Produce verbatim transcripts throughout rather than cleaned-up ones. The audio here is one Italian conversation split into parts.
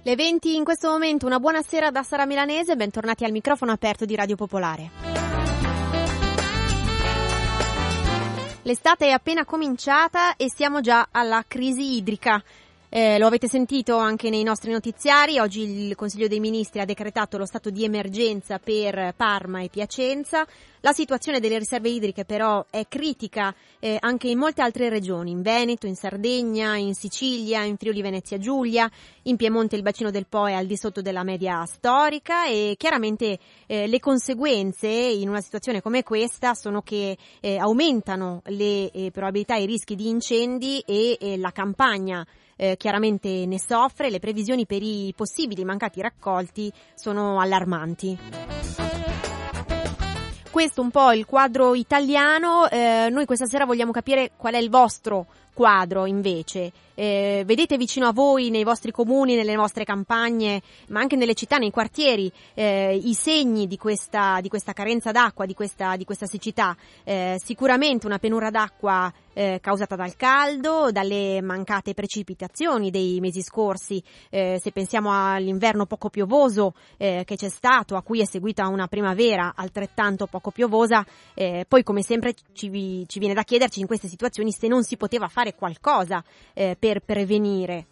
Le venti in questo momento, una buonasera da Sara Milanese, bentornati al microfono aperto di Radio Popolare. L'estate è appena cominciata e siamo già alla crisi idrica. Eh, lo avete sentito anche nei nostri notiziari, oggi il Consiglio dei Ministri ha decretato lo stato di emergenza per Parma e Piacenza. La situazione delle riserve idriche però è critica eh, anche in molte altre regioni, in Veneto, in Sardegna, in Sicilia, in Friuli Venezia Giulia, in Piemonte il bacino del Po è al di sotto della media storica e chiaramente eh, le conseguenze in una situazione come questa sono che eh, aumentano le eh, probabilità e i rischi di incendi e eh, la campagna Eh, chiaramente ne soffre, le previsioni per i possibili mancati raccolti sono allarmanti. Questo un po' il quadro italiano, eh, noi questa sera vogliamo capire qual è il vostro quadro invece. Eh, vedete vicino a voi, nei vostri comuni, nelle vostre campagne, ma anche nelle città, nei quartieri, eh, i segni di questa, di questa carenza d'acqua, di questa, di questa siccità. Eh, sicuramente una penura d'acqua eh, causata dal caldo, dalle mancate precipitazioni dei mesi scorsi. Eh, se pensiamo all'inverno poco piovoso eh, che c'è stato, a cui è seguita una primavera altrettanto poco piovosa, eh, poi come sempre ci, ci viene da chiederci in queste situazioni se non si poteva fare qualcosa eh, per per prevenire.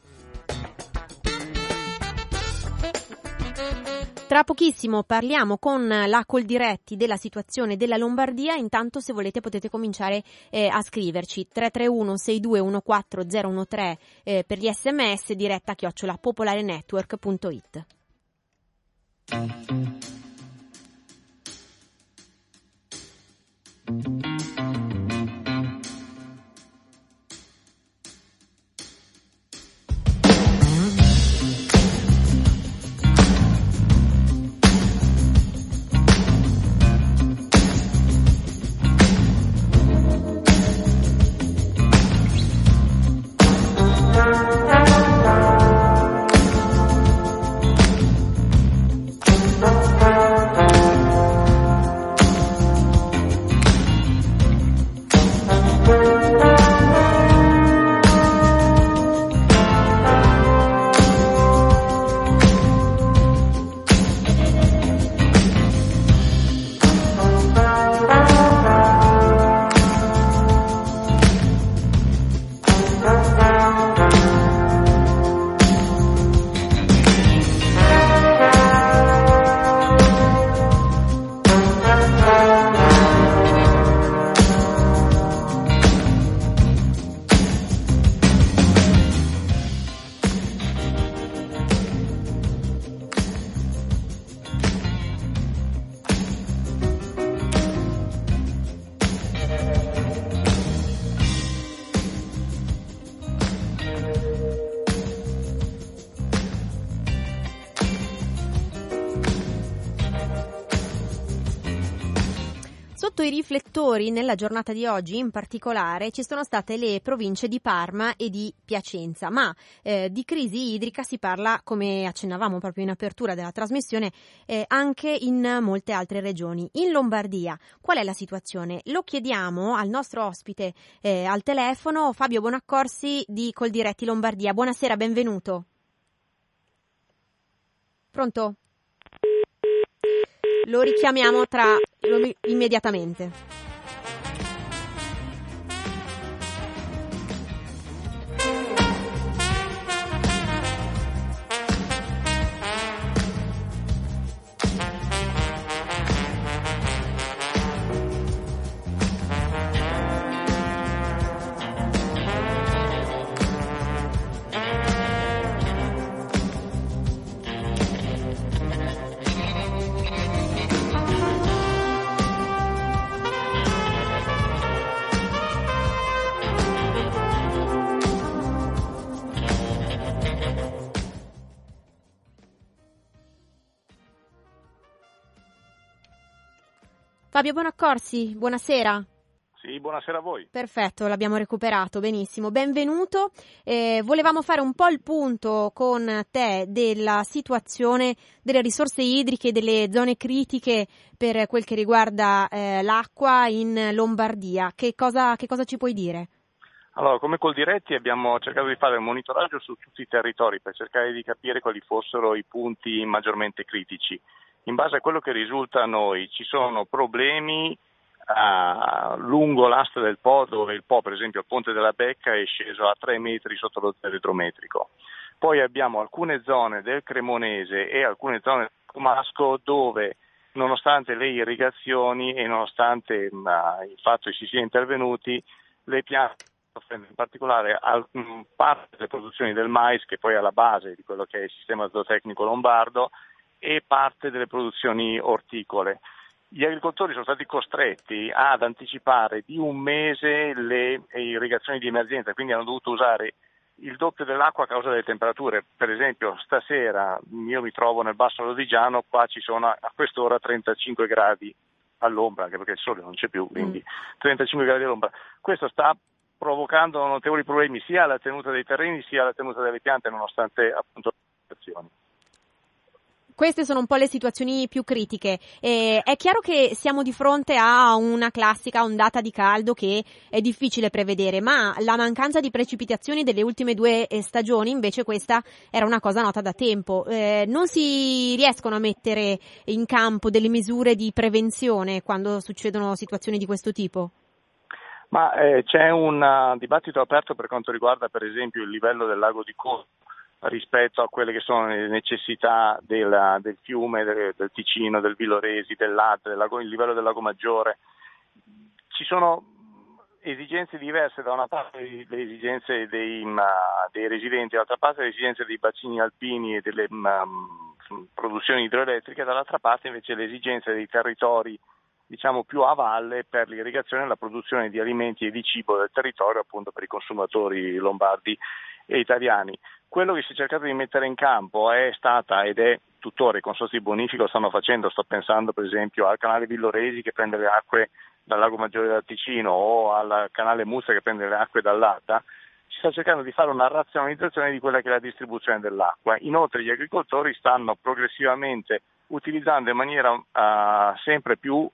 Tra pochissimo parliamo con la Coldiretti della situazione della Lombardia, intanto se volete potete cominciare eh, a scriverci tre tre uno sei due uno quattro zero uno tre eh, per gli sms, diretta chiocciola popolarenetwork punto it. Sotto i riflettori nella giornata di oggi in particolare ci sono state le province di Parma e di Piacenza, ma eh, di crisi idrica si parla, come accennavamo proprio in apertura della trasmissione, eh, anche in molte altre regioni. In Lombardia qual è la situazione? Lo chiediamo al nostro ospite eh, al telefono, Fabio Bonaccorsi di Coldiretti Lombardia. Buonasera, benvenuto. Pronto? Lo richiamiamo tra lo, immediatamente. Fabio Bonaccorsi, buonasera. Sì, buonasera a voi. Perfetto, l'abbiamo recuperato, benissimo. Benvenuto. Eh, volevamo fare un po' il punto con te della situazione delle risorse idriche, delle zone critiche per quel che riguarda eh, l'acqua in Lombardia. Che cosa, che cosa ci puoi dire? Allora, come Coldiretti abbiamo cercato di fare un monitoraggio su tutti i territori per cercare di capire quali fossero i punti maggiormente critici. In base a quello che risulta a noi ci sono problemi uh, lungo l'asta del Po, dove il Po, per esempio, al Ponte della Becca è sceso a tre metri sotto lo zero idrometrico. Poi abbiamo alcune zone del Cremonese e alcune zone del Comasco dove, nonostante le irrigazioni e nonostante uh, il fatto che si sia intervenuti, le piante, in particolare parte delle produzioni del mais, che poi è alla base di quello che è il sistema zootecnico lombardo, e parte delle produzioni orticole. Gli agricoltori sono stati costretti ad anticipare di un mese le irrigazioni di emergenza, quindi hanno dovuto usare il doppio dell'acqua a causa delle temperature. Per esempio stasera io mi trovo nel Basso Lodigiano, qua ci sono a quest'ora trentacinque gradi all'ombra, anche perché il sole non c'è più, quindi mm. trentacinque gradi all'ombra. Questo sta provocando notevoli problemi sia alla tenuta dei terreni sia alla tenuta delle piante, nonostante appunto le situazioni. Queste sono un po' le situazioni più critiche. Eh, è chiaro che siamo di fronte a una classica ondata di caldo che è difficile prevedere, ma la mancanza di precipitazioni delle ultime due eh, stagioni, invece, questa era una cosa nota da tempo. Eh, non si riescono a mettere in campo delle misure di prevenzione quando succedono situazioni di questo tipo? Ma eh, c'è un uh, dibattito aperto per quanto riguarda per esempio il livello del lago di Como rispetto a quelle che sono le necessità del, del fiume, del, del Ticino, del Villoresi, dell'Adda, del lago, il livello del lago Maggiore. Ci sono esigenze diverse, da una parte le esigenze dei, uh, dei residenti, dall'altra parte le esigenze dei bacini alpini e delle um, produzioni idroelettriche, dall'altra parte invece le esigenze dei territori diciamo più a valle per l'irrigazione e la produzione di alimenti e di cibo del territorio, appunto per i consumatori lombardi e italiani. Quello che si è cercato di mettere in campo è stata ed è tuttora, i consorzi di bonifica lo stanno facendo, sto pensando per esempio al canale Villoresi che prende le acque dal lago Maggiore del Ticino o al canale Muzza che prende le acque dall'Adda. Si sta cercando di fare una razionalizzazione di quella che è la distribuzione dell'acqua. Inoltre gli agricoltori stanno progressivamente utilizzando in maniera uh, sempre più uh,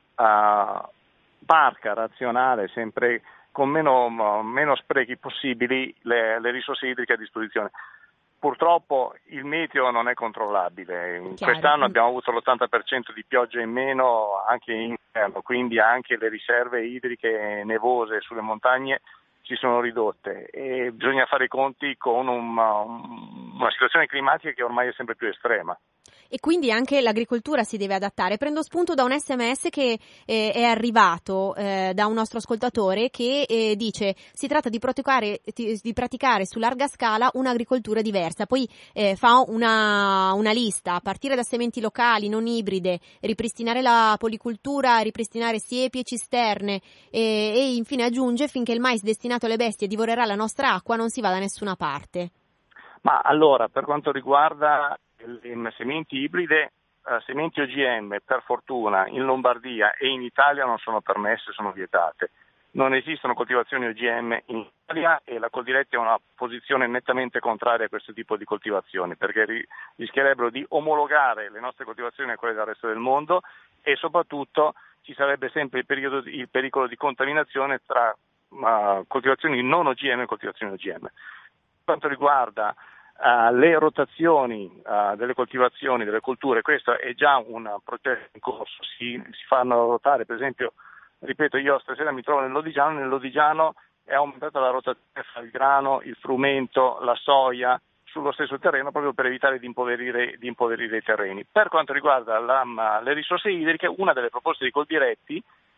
parca, razionale, sempre con meno, meno sprechi possibili le, le risorse idriche a disposizione. Purtroppo il meteo non è controllabile. Chiaro. Quest'anno abbiamo avuto l'ottanta per cento di pioggia in meno anche in inverno, quindi anche le riserve idriche nevose sulle montagne si sono ridotte e bisogna fare i conti con un, una situazione climatica che ormai è sempre più estrema. E quindi anche l'agricoltura si deve adattare. Prendo spunto da un sms che eh, è arrivato eh, da un nostro ascoltatore che eh, dice si tratta di praticare, di praticare su larga scala un'agricoltura diversa. Poi eh, fa una, una lista a partire da sementi locali, non ibride, ripristinare la policultura, ripristinare siepi e cisterne e, e infine aggiunge finché il mais destinato alle bestie divorerà la nostra acqua non si va da nessuna parte. Ma allora, per quanto riguarda le sementi ibride, eh, sementi O G M per fortuna in Lombardia e in Italia non sono permesse, sono vietate. Non esistono coltivazioni O G M in Italia e la Coldiretti ha una posizione nettamente contraria a questo tipo di coltivazioni perché ri- rischierebbero di omologare le nostre coltivazioni a quelle del resto del mondo e soprattutto ci sarebbe sempre il, periodo, il pericolo di contaminazione tra uh, coltivazioni non O G M e coltivazioni O G M. Per quanto riguarda Uh, le rotazioni uh, delle coltivazioni, delle colture, questo è già un processo in corso, si, si fanno rotare, per esempio, ripeto, io stasera mi trovo nel Lodigiano, nel Lodigiano è aumentata la rotazione fra il grano, il frumento, la soia sullo stesso terreno proprio per evitare di impoverire, di impoverire i terreni. Per quanto riguarda la, le risorse idriche, una delle proposte di Coldiretti,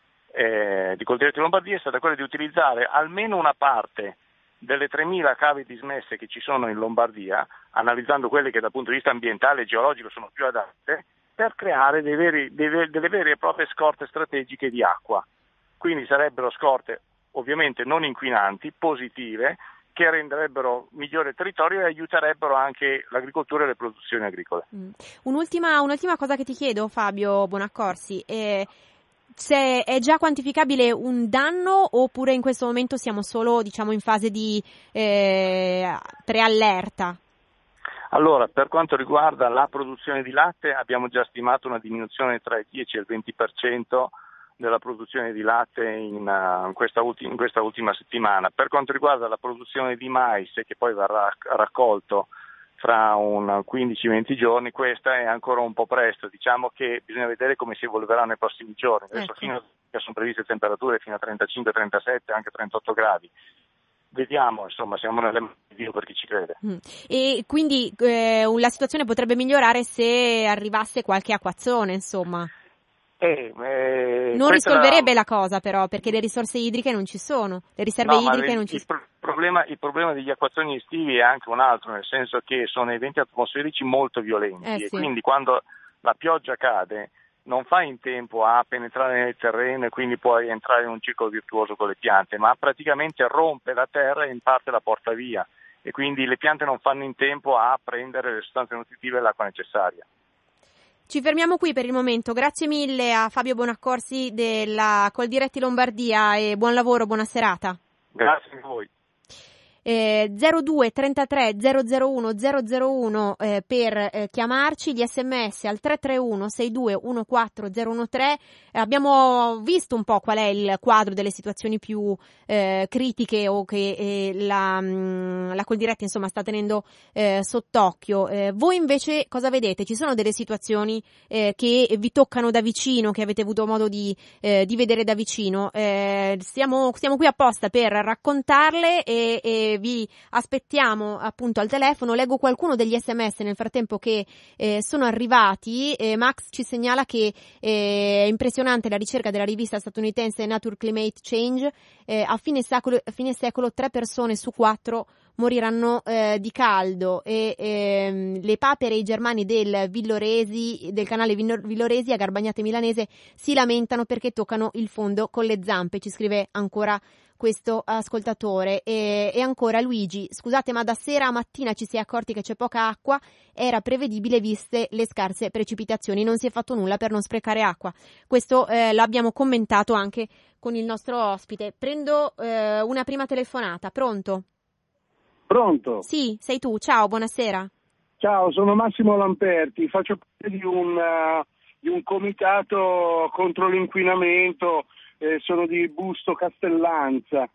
eh, di Coldiretti Lombardia è stata quella di utilizzare almeno una parte delle tremila cave dismesse che ci sono in Lombardia, analizzando quelle che dal punto di vista ambientale e geologico sono più adatte, per creare dei veri, dei, delle vere e proprie scorte strategiche di acqua. Quindi sarebbero scorte ovviamente non inquinanti, positive, che renderebbero migliore il territorio e aiuterebbero anche l'agricoltura e le produzioni agricole. Mm. Un'ultima, un'ultima cosa che ti chiedo, Fabio Bonaccorsi, è se è già quantificabile un danno oppure in questo momento siamo solo diciamo in fase di eh, preallerta? Allora, per quanto riguarda la produzione di latte abbiamo già stimato una diminuzione tra il dieci e il venti per cento della produzione di latte in, uh, in, questa ulti- in questa ultima settimana. Per quanto riguarda la produzione di mais, che poi verrà raccolto fra un quindici venti giorni, questa è ancora un po' presto, diciamo che bisogna vedere come si evolverà nei prossimi giorni. Adesso ecco. fino a, sono previste temperature fino a trentacinque trentasette, anche trentotto gradi. Vediamo, insomma, siamo nelle mani di Dio per chi ci crede. Mm. E quindi eh, la situazione potrebbe migliorare se arrivasse qualche acquazzone, insomma. Eh, eh, non risolverebbe la... la cosa però, perché le risorse idriche non ci sono, le riserve no, idriche ma non il, ci sono. Il problema, il problema degli acquazzoni estivi è anche un altro, nel senso che sono eventi atmosferici molto violenti, eh, e sì. quindi quando la pioggia cade non fa in tempo a penetrare nel terreno e quindi puoi entrare in un circolo virtuoso con le piante, ma praticamente rompe la terra e in parte la porta via, e quindi le piante non fanno in tempo a prendere le sostanze nutritive e l'acqua necessaria. Ci fermiamo qui per il momento. Grazie mille a Fabio Bonaccorsi della Coldiretti Lombardia e buon lavoro, buona serata. Grazie a voi. Eh, zero due trentatré zero zero uno zero zero uno eh, per eh, chiamarci, gli sms al tre tre uno sei due uno quattro zero uno tre. Eh, abbiamo visto un po' qual è il quadro delle situazioni più eh, critiche o che eh, la, mh, la Coldiretti insomma sta tenendo eh, sott'occhio. Eh, voi invece cosa vedete? Ci sono delle situazioni eh, che vi toccano da vicino, che avete avuto modo di, eh, di vedere da vicino? Eh, stiamo, stiamo qui apposta per raccontarle e, e vi aspettiamo appunto al telefono. Leggo qualcuno degli sms nel frattempo che eh, sono arrivati. eh, Max ci segnala che eh, è impressionante la ricerca della rivista statunitense Nature Climate Change. eh, a fine secolo, a fine secolo tre persone su quattro moriranno eh, di caldo, e ehm, le papere e i germani del Villoresi, del canale Villoresi a Garbagnate Milanese si lamentano perché toccano il fondo con le zampe, ci scrive ancora questo ascoltatore. E, e ancora Luigi: scusate, ma da sera a mattina ci si è accorti che c'è poca acqua, era prevedibile viste le scarse precipitazioni, non si è fatto nulla per non sprecare acqua. Questo eh, l'abbiamo commentato anche con il nostro ospite. Prendo eh, una prima telefonata. Pronto? Pronto? Sì, sei tu. Ciao, buonasera. Ciao, sono Massimo Lamperti, faccio parte di un, uh, di un comitato contro l'inquinamento, eh, sono di Busto Castellanza.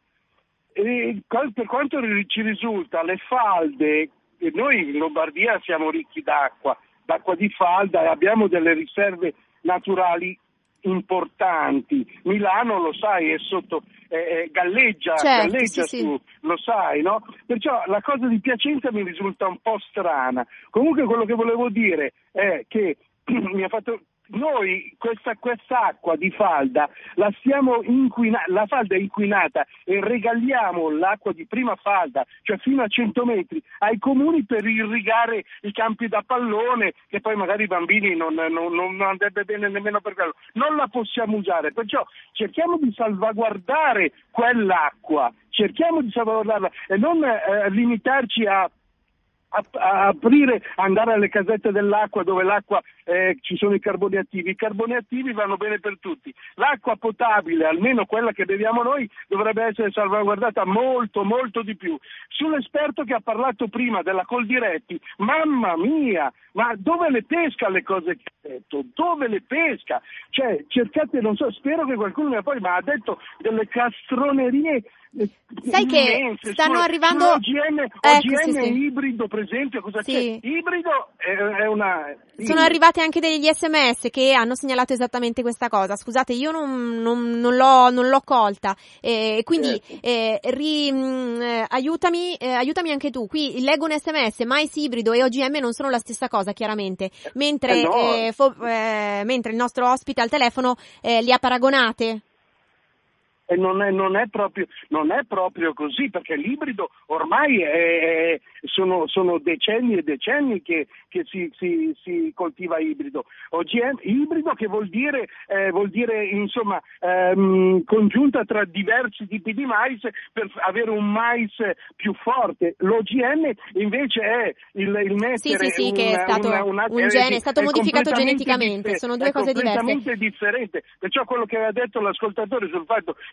E per quanto ci risulta, le falde, noi in Lombardia siamo ricchi d'acqua, d'acqua di falda, e abbiamo delle riserve naturali importanti. Milano, lo sai, è sotto eh, galleggia, certo, galleggia sì, su, sì. lo sai, no? Perciò la cosa di Piacenza mi risulta un po' strana. Comunque quello che volevo dire è che mi ha fatto noi questa quest'acqua di falda la stiamo inquinando, la falda è inquinata, e regaliamo l'acqua di prima falda, cioè fino a cento metri, ai comuni per irrigare i campi da pallone, che poi magari i bambini non, non, non andrebbe bene nemmeno per quello. Non la possiamo usare, perciò cerchiamo di salvaguardare quell'acqua, cerchiamo di salvaguardarla e non eh, limitarci a A, a aprire, andare alle casette dell'acqua dove l'acqua eh, ci sono i carboni attivi. I carboni attivi vanno bene per tutti. L'acqua potabile, almeno quella che beviamo noi, dovrebbe essere salvaguardata molto molto di più. Sull'esperto che ha parlato prima della Coldiretti, mamma mia, ma dove le pesca le cose che ha detto? Dove le pesca? Cioè cercate, non so, spero che qualcuno mi poi ma ha detto delle castronerie. Sai che immense, stanno su, arrivando O G M, ecco, O G M sì, sì. ibrido, per esempio, cosa sì. c'è? Ibrido è, è una... Sono arrivati anche degli sms che hanno segnalato esattamente questa cosa. Scusate, io non, non, non, l'ho, non l'ho colta. Eh, quindi certo. eh, ri, mh, eh, aiutami, eh, aiutami anche tu. Qui leggo un sms: mais ibrido e O G M non sono la stessa cosa, chiaramente. Mentre, Eh no. eh, fo, eh, mentre il nostro ospite al telefono eh, li ha paragonate. E non è, non è proprio non è proprio così, perché l'ibrido ormai è, sono, sono decenni e decenni che, che si, si, si coltiva ibrido. O G M, ibrido che vuol dire eh, vuol dire insomma ehm, congiunta tra diversi tipi di mais per avere un mais più forte. L'O G M invece è il, il mettere sì, sì, sì, un, che è stato una, una, un gene, è stato è modificato completamente geneticamente, differ- sono due è cose diverse. completamente differente. Perciò quello che aveva detto l'ascoltatore sul fatto che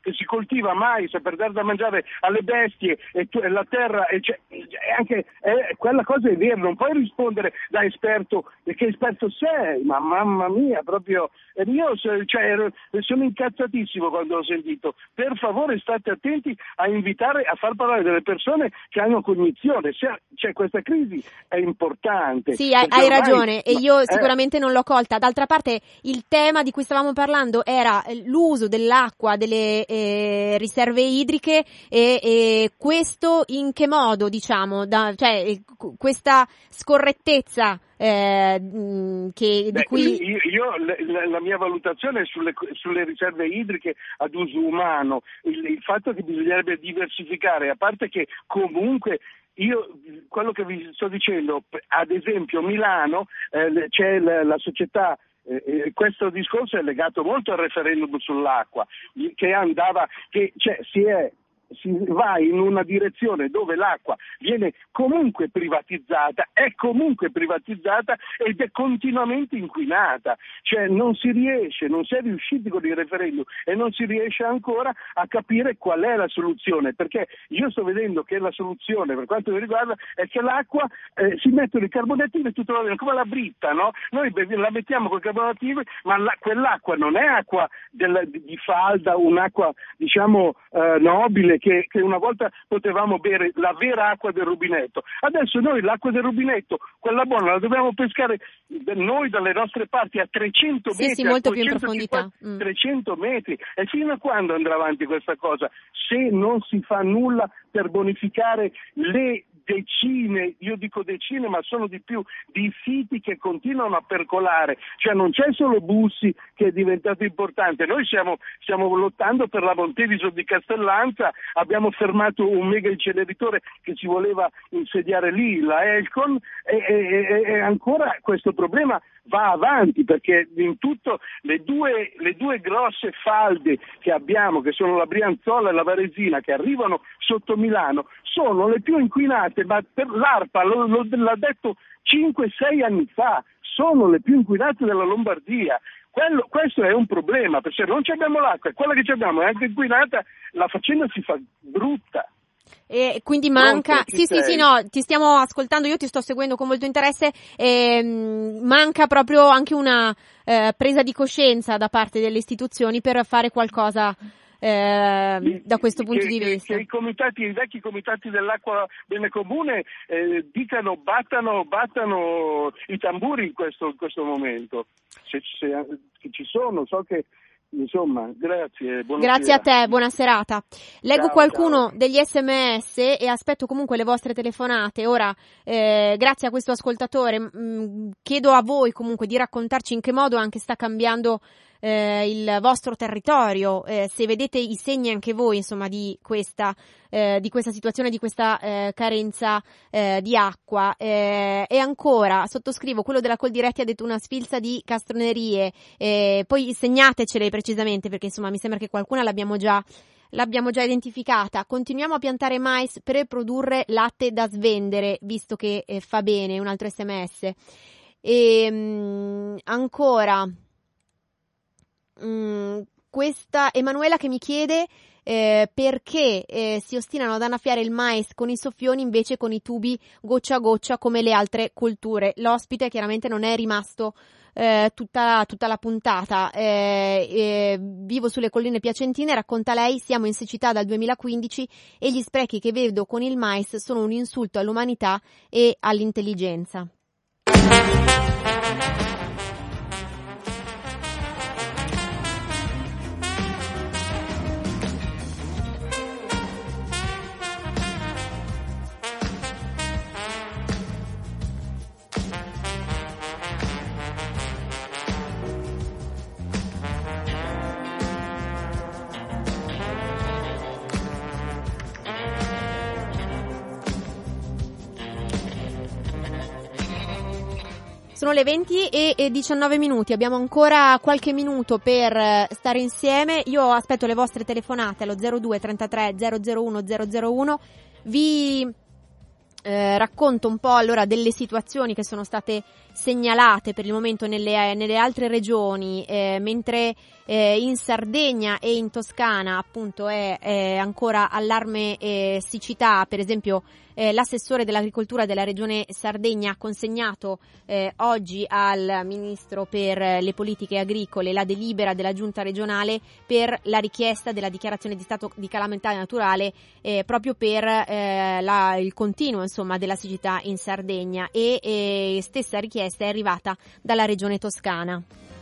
che si coltiva mais per dar da mangiare alle bestie e, tu, e la terra, e cioè, è anche è, quella cosa è vera, non puoi rispondere da esperto, che esperto sei, ma mamma mia, proprio io cioè, sono incazzatissimo quando ho sentito. Per favore state attenti a invitare a far parlare delle persone che hanno cognizione, cioè questa crisi è importante. Sì, hai, hai ormai, ragione, e io sicuramente eh, non l'ho colta. D'altra parte il tema di cui stavamo parlando era l'uso dell'acqua, delle eh, riserve idriche e, e questo in che modo, diciamo, da, cioè questa scorrettezza Eh, che, Beh, di cui io, io la, la mia valutazione è sulle, sulle riserve idriche ad uso umano, il, il fatto che bisognerebbe diversificare, a parte che comunque io quello che vi sto dicendo, ad esempio Milano eh, c'è la, la società. Eh, questo discorso è legato molto al referendum sull'acqua, che andava, che cioè si è si va in una direzione dove l'acqua viene comunque privatizzata, è comunque privatizzata ed è continuamente inquinata, cioè non si riesce, non si è riusciti con il referendum e non si riesce ancora a capire qual è la soluzione, perché io sto vedendo che la soluzione per quanto mi riguarda è che l'acqua eh, si mettono i carbonativi e tutto va bene, come la britta, no? Noi la mettiamo con i carbonativi, ma la, quell'acqua non è acqua del, di falda, un'acqua diciamo eh, nobile, Che, che una volta potevamo bere la vera acqua del rubinetto. Adesso noi l'acqua del rubinetto, quella buona, la dobbiamo pescare noi dalle nostre parti a trecento sì, metri, sì, molto più in profondità. Mm. trecento metri. E fino a quando andrà avanti questa cosa? Se non si fa nulla per bonificare le decine, io dico decine, ma sono di più, di siti che continuano a percolare, cioè non c'è solo Bussi che è diventato importante, noi stiamo, stiamo lottando per la Monteviso di Castellanza, abbiamo fermato un mega inceneritore che si voleva insediare lì, la Elcon, e, e, e ancora questo problema va avanti, perché in tutto le due, le due grosse falde che abbiamo, che sono la Brianzola e la Varesina, che arrivano sotto Milano, sono le più inquinate, ma per l'ARPA lo, lo, l'ha detto cinque sei anni fa, sono le più inquinate della Lombardia. Quello, questo è un problema, perché se non abbiamo l'acqua e quella che abbiamo è anche inquinata, la faccenda si fa brutta. E quindi manca, Pronto, sì sì sì no, ti stiamo ascoltando, io ti sto seguendo con molto interesse, e, mh, manca proprio anche una eh, presa di coscienza da parte delle istituzioni per fare qualcosa eh, da questo punto che, di vista. Che i comitati, i vecchi comitati dell'acqua bene comune eh, dicano, battano, battano i tamburi in questo, in questo momento, se, se, se ci sono, so che insomma, grazie, buonasera. Grazie a te, buona serata. Leggo ciao, qualcuno ciao. degli sms e aspetto comunque le vostre telefonate. Ora, eh, grazie a questo ascoltatore, mh, chiedo a voi comunque di raccontarci in che modo anche sta cambiando eh, il vostro territorio, eh, se vedete i segni anche voi, insomma, di questa eh, di questa situazione, di questa eh, carenza eh, di acqua. Eh, e ancora, sottoscrivo quello della Coldiretti, ha detto una sfilza di castronerie, eh, poi segnatecele precisamente, perché insomma mi sembra che qualcuna l'abbiamo già l'abbiamo già identificata. Continuiamo a piantare mais per produrre latte da svendere, visto che eh, fa bene. Un altro sms. E mh, ancora mh, questa Emanuela che mi chiede eh, perché eh, si ostinano ad annaffiare il mais con i soffioni invece con i tubi goccia a goccia come le altre colture. L'ospite chiaramente non è rimasto Eh, tutta, tutta la puntata. Eh, eh, vivo sulle colline piacentine, racconta lei, siamo in siccità dal duemilaquindici e gli sprechi che vedo con il mais sono un insulto all'umanità e all'intelligenza. Sono le venti e diciannove minuti, abbiamo ancora qualche minuto per stare insieme. Io aspetto le vostre telefonate allo zero due trentatré zero zero uno zero zero uno. Vi eh, racconto un po' allora delle situazioni che sono state segnalate per il momento nelle, nelle altre regioni, eh, mentre eh, in Sardegna e in Toscana appunto è, è ancora allarme eh, siccità. Per esempio eh, l'assessore dell'agricoltura della regione Sardegna ha consegnato eh, oggi al ministro per le politiche agricole la delibera della giunta regionale per la richiesta della dichiarazione di stato di calamità naturale eh, proprio per eh, la, il continuo insomma della siccità in Sardegna, e eh, stessa richiesta è arrivata dalla regione Toscana.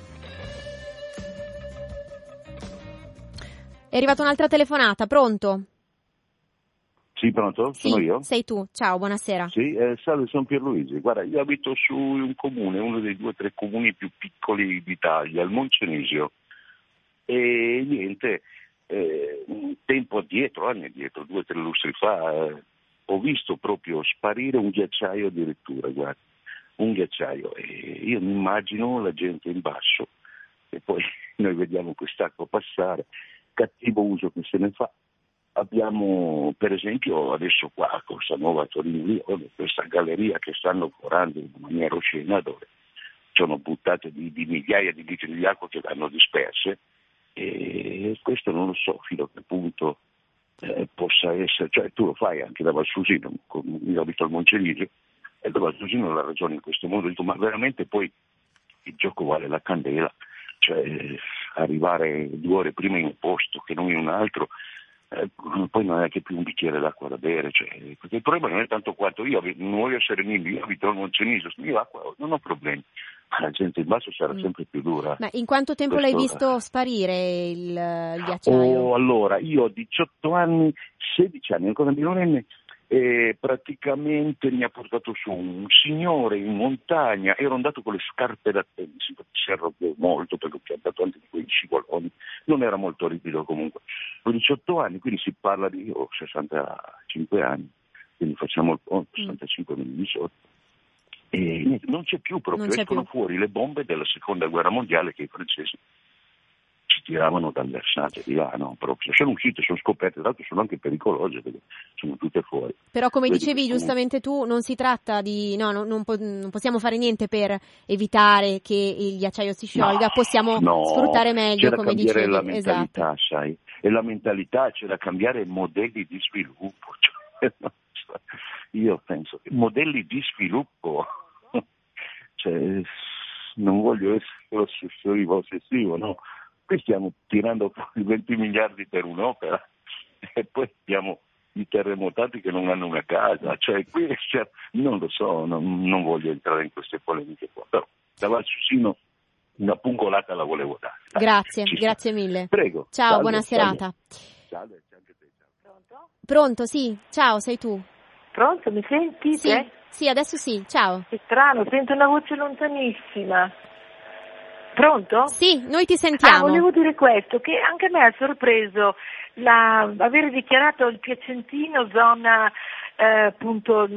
È arrivata un'altra telefonata, pronto? Sì, pronto? Sì, sono io? Sei tu, ciao, buonasera. Sì, eh, salve, sono Pierluigi. Guarda, io abito su un comune, uno dei due o tre comuni più piccoli d'Italia, il Moncenisio. E niente, eh, un tempo addietro, anni addietro, due o tre lustri fa, eh, ho visto proprio sparire un ghiacciaio addirittura, guarda, un ghiacciaio. E io mi immagino la gente in basso e poi noi vediamo quest'acqua passare, cattivo uso che se ne fa. Abbiamo per esempio adesso qua a Corsa Nuova a Torino questa galleria che stanno forando in maniera oscena, dove sono buttate di, di migliaia di litri di acqua che vanno disperse, e questo non lo so fino a che punto eh, possa essere, cioè tu lo fai anche da Valsusino, io abito al Moncenisio e da Valsusino la ragione in questo modo, dico, ma veramente poi il gioco vale la candela, cioè arrivare due ore prima in un posto che non in un altro. Eh, poi non è che più un bicchiere d'acqua da bere, cioè, perché il problema non è tanto quanto io non voglio essere mille, io abito al Moncenisio, io acqua non ho problemi, ma la gente in basso sarà mm. sempre più dura. Ma in quanto tempo Questo... l'hai visto sparire il, il ghiacciaio? Oh, allora, io ho diciotto anni, sedici anni, ancora minorenne, e praticamente mi ha portato su un signore in montagna, ero andato con le scarpe da tennis, si arrabbiò molto perché ho piantato anche di quei scivoloni, non era molto ripido comunque, ho diciotto anni, quindi si parla di oh, sessantacinque anni, quindi facciamo il oh, sessantacinque mm. minuti sotto. E niente, non c'è più proprio, c'è escono più. fuori le bombe della seconda guerra mondiale che i francesi ci tiravano dal versante di là, no? Proprio. Sono uscite, sono scoperte, tra l'altro sono anche pericolose perché sono tutte fuori. Però come Vedi dicevi giustamente tu, non si tratta di, no, non, non, po- non possiamo fare niente per evitare che il ghiacciaio si sciolga, no, possiamo no, sfruttare meglio, c'è come da cambiare dicevi. la mentalità, esatto. sai, e la mentalità c'è da cambiare modelli di sviluppo, cioè, io penso che modelli di sviluppo, cioè, non voglio essere ossessivo, ossessivo, no? Qui stiamo tirando fuori venti miliardi per un'opera e poi abbiamo i terremotati che non hanno una casa, cioè qui cioè, non lo so, non, non voglio entrare in queste polemiche qua, però da Valsusino una pungolata la volevo dare. Grazie, Ci grazie sta. mille. Prego. Ciao, salve, buona salve. serata. Salve, anche te, ciao. Pronto? Pronto, sì, ciao, sei tu. Pronto, mi senti? Sì, te? sì, adesso sì, ciao. Che strano, sento una voce lontanissima. Pronto? Sì, noi ti sentiamo. Ah, volevo dire questo, che anche a me ha sorpreso la, avere dichiarato il Piacentino zona eh, appunto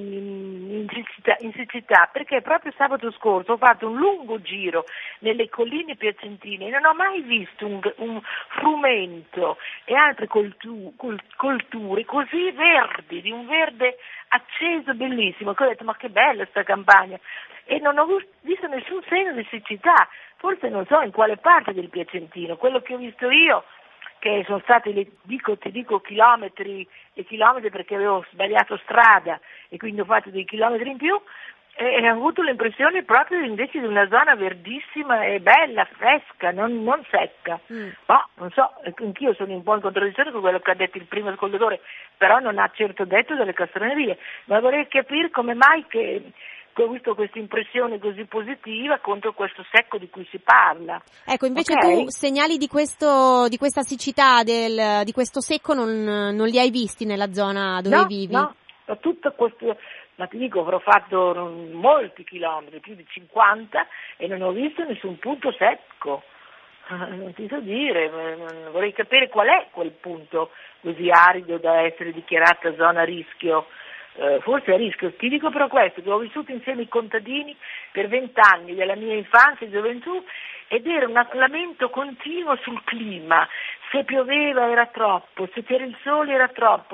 in siccità, in siccità, perché proprio sabato scorso ho fatto un lungo giro nelle colline piacentine e non ho mai visto un, un frumento e altre coltu, col, colture così verdi, di un verde acceso bellissimo, che ho detto ma che bella sta campagna, e non ho visto nessun segno di siccità. Forse non so in quale parte del Piacentino, quello che ho visto io, che sono stati, le, dico, ti dico chilometri e chilometri perché avevo sbagliato strada e quindi ho fatto dei chilometri in più, e ho avuto l'impressione proprio invece di una zona verdissima e bella, fresca, non, non secca. Mm. Ma non so, anch'io sono un po' in contraddizione con quello che ha detto il primo ascoltatore, però non ha certo detto delle castronerie, ma vorrei capire come mai che ho avuto questa impressione così positiva contro questo secco di cui si parla. Ecco, invece okay? tu segnali di questo di questa siccità, del, di questo secco non, non li hai visti nella zona dove no, vivi? No, tutto questo, ma ti dico, avrò fatto molti chilometri, più di cinquanta, e non ho visto nessun punto secco. Non ti so dire, vorrei capire qual è quel punto così arido da essere dichiarata zona a rischio. Uh, forse a rischio, ti dico però questo, che ho vissuto insieme ai contadini per vent'anni della mia infanzia e gioventù, ed era un lamento continuo sul clima, se pioveva era troppo, se c'era il sole era troppo,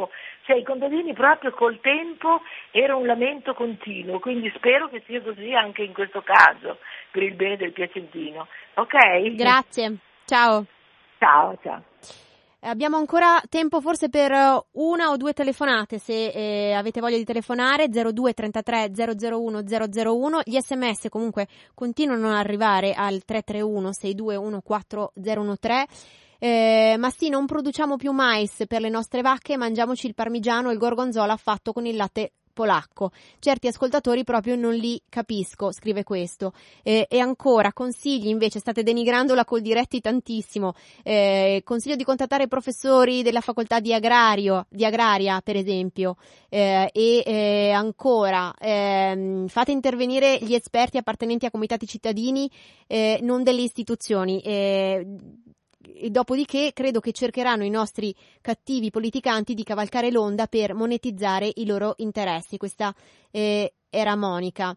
Cioè i contadini proprio col tempo era un lamento continuo, quindi spero che sia così anche in questo caso, per il bene del piacentino. Ok? Grazie, ciao. Ciao, ciao. Abbiamo ancora tempo forse per una o due telefonate, se eh, avete voglia di telefonare, zero due trentatré zero zero uno zero zero uno. Gli sms comunque continuano ad arrivare al tre tre uno sei due uno quattro zero uno tre. Eh, ma sì, non produciamo più mais per le nostre vacche, mangiamoci il parmigiano e il gorgonzola fatto con il latte polacco. Certi ascoltatori proprio non li capisco, scrive questo. Eh, e ancora, consigli invece, state denigrando la Coldiretti tantissimo. Eh, consiglio di contattare professori della facoltà di agrario, di agraria per esempio. Eh, e eh, ancora, eh, fate intervenire gli esperti appartenenti a comitati cittadini, eh, non delle istituzioni. Eh, E dopodiché credo che cercheranno i nostri cattivi politicanti di cavalcare l'onda per monetizzare i loro interessi. Questa eh, era Monica.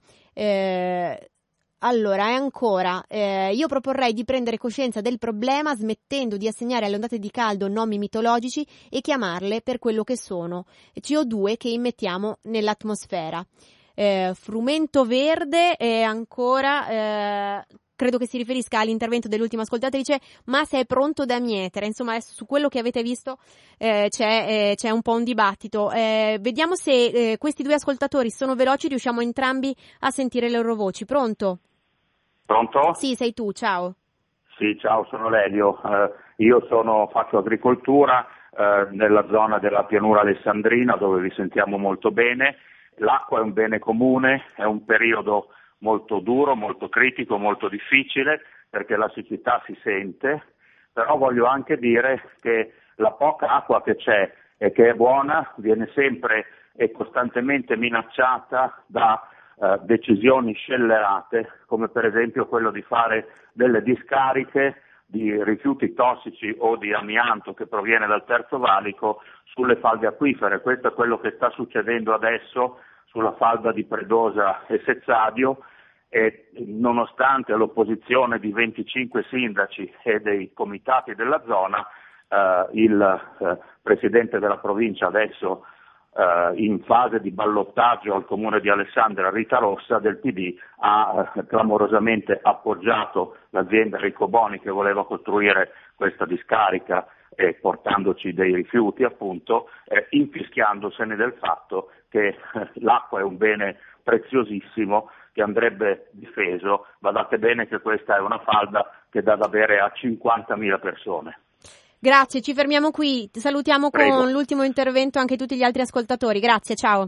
Eh, allora, e ancora, eh, io proporrei di prendere coscienza del problema smettendo di assegnare alle ondate di caldo nomi mitologici e chiamarle per quello che sono, C O due che immettiamo nell'atmosfera. Eh, frumento verde e ancora... Eh, credo che si riferisca all'intervento dell'ultima ascoltatrice, ma se è pronto da mietere. Insomma, adesso su quello che avete visto eh, c'è, eh, c'è un po' un dibattito. Eh, vediamo se eh, questi due ascoltatori sono veloci, riusciamo entrambi a sentire le loro voci. Pronto? Pronto? Sì, sei tu, ciao. Sì, ciao, sono Lelio. Eh, io sono, faccio agricoltura eh, nella zona della pianura alessandrina, dove vi sentiamo molto bene. L'acqua è un bene comune, è un periodo molto duro, molto critico, molto difficile, perché la siccità si sente, però voglio anche dire che la poca acqua che c'è e che è buona viene sempre e costantemente minacciata da eh, decisioni scellerate, come per esempio quello di fare delle discariche di rifiuti tossici o di amianto che proviene dal Terzo Valico sulle falde acquifere. Questo è quello che sta succedendo adesso sulla falda di Predosa e Sezzadio, e nonostante l'opposizione di venticinque sindaci e dei comitati della zona, eh, il eh, presidente della provincia, adesso eh, in fase di ballottaggio al comune di Alessandria, Rita Rossa del P D, ha eh, clamorosamente appoggiato l'azienda Ricoboni che voleva costruire questa discarica e portandoci dei rifiuti, appunto, eh, infischiandosene del fatto che eh, l'acqua è un bene preziosissimo che andrebbe difeso. Badate bene che questa è una falda che dà da bere a cinquantamila persone. Grazie, ci fermiamo qui. Salutiamo Prego. Con l'ultimo intervento anche tutti gli altri ascoltatori. Grazie, ciao.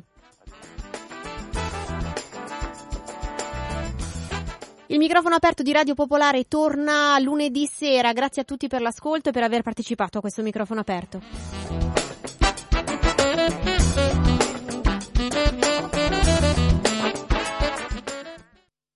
Il microfono aperto di Radio Popolare torna lunedì sera. Grazie a tutti per l'ascolto e per aver partecipato a questo microfono aperto.